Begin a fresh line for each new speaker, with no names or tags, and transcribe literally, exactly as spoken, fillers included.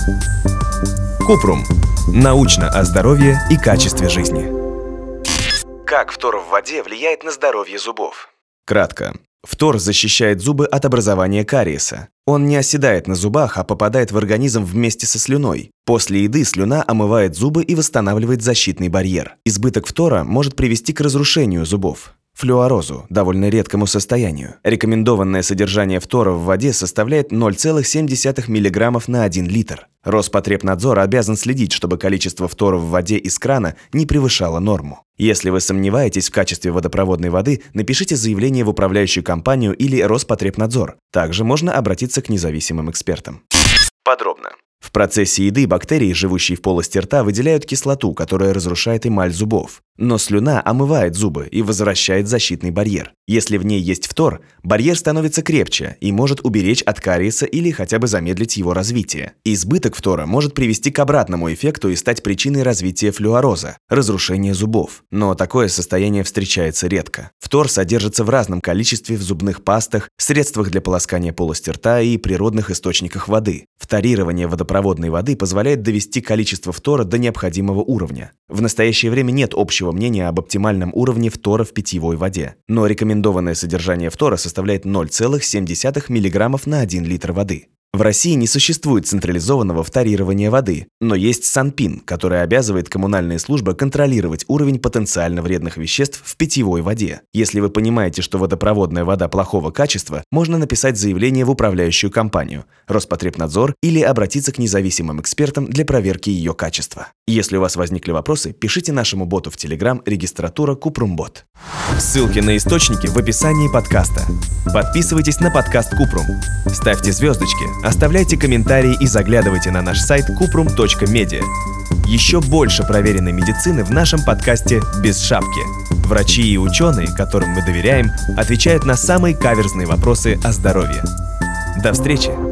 Купрум. Научно о здоровье и качестве жизни. Как фтор в воде влияет на здоровье зубов? Кратко. Фтор защищает зубы от образования кариеса. Он не оседает на зубах, а попадает в организм вместе со слюной. После еды слюна омывает зубы и восстанавливает защитный барьер. Избыток фтора может привести к разрушению зубов. Флюорозу, довольно редкому состоянию. Рекомендованное содержание фтора в воде составляет ноль целых семь десятых миллиграммов на один литр. Роспотребнадзор обязан следить, чтобы количество фтора в воде из крана не превышало норму. Если вы сомневаетесь в качестве водопроводной воды, напишите заявление в управляющую компанию или Роспотребнадзор. Также можно обратиться к независимым экспертам. Подробно. В процессе еды бактерии, живущие в полости рта, выделяют кислоту, которая разрушает эмаль зубов. Но слюна омывает зубы и возвращает защитный барьер. Если в ней есть фтор, барьер становится крепче и может уберечь от кариеса или хотя бы замедлить его развитие. Избыток фтора может привести к обратному эффекту и стать причиной развития флюороза – разрушения зубов. Но такое состояние встречается редко. Фтор содержится в разном количестве в зубных пастах, средствах для полоскания полости рта и природных источниках воды. Фторирование водопроводной воды позволяет довести количество фтора до необходимого уровня. В настоящее время нет общего мнения об оптимальном уровне фтора в питьевой воде, но рекомендованное содержание фтора составляет ноль целых семь десятых миллиграммов на один литр воды. В России не существует централизованного фторирования воды, но есть Санпин, который обязывает коммунальные службы контролировать уровень потенциально вредных веществ в питьевой воде. Если вы понимаете, что водопроводная вода плохого качества, можно написать заявление в управляющую компанию, Роспотребнадзор или обратиться к независимым экспертам для проверки ее качества. Если у вас возникли вопросы, пишите нашему боту в Telegram регистратура Купрумбот. Ссылки на источники в описании подкаста. Подписывайтесь на подкаст Купрум. Ставьте звездочки, оставляйте комментарии и заглядывайте на наш сайт купрум точка медиа. Еще больше проверенной медицины в нашем подкасте «Без шапки». Врачи и ученые, которым мы доверяем, отвечают на самые каверзные вопросы о здоровье. До встречи!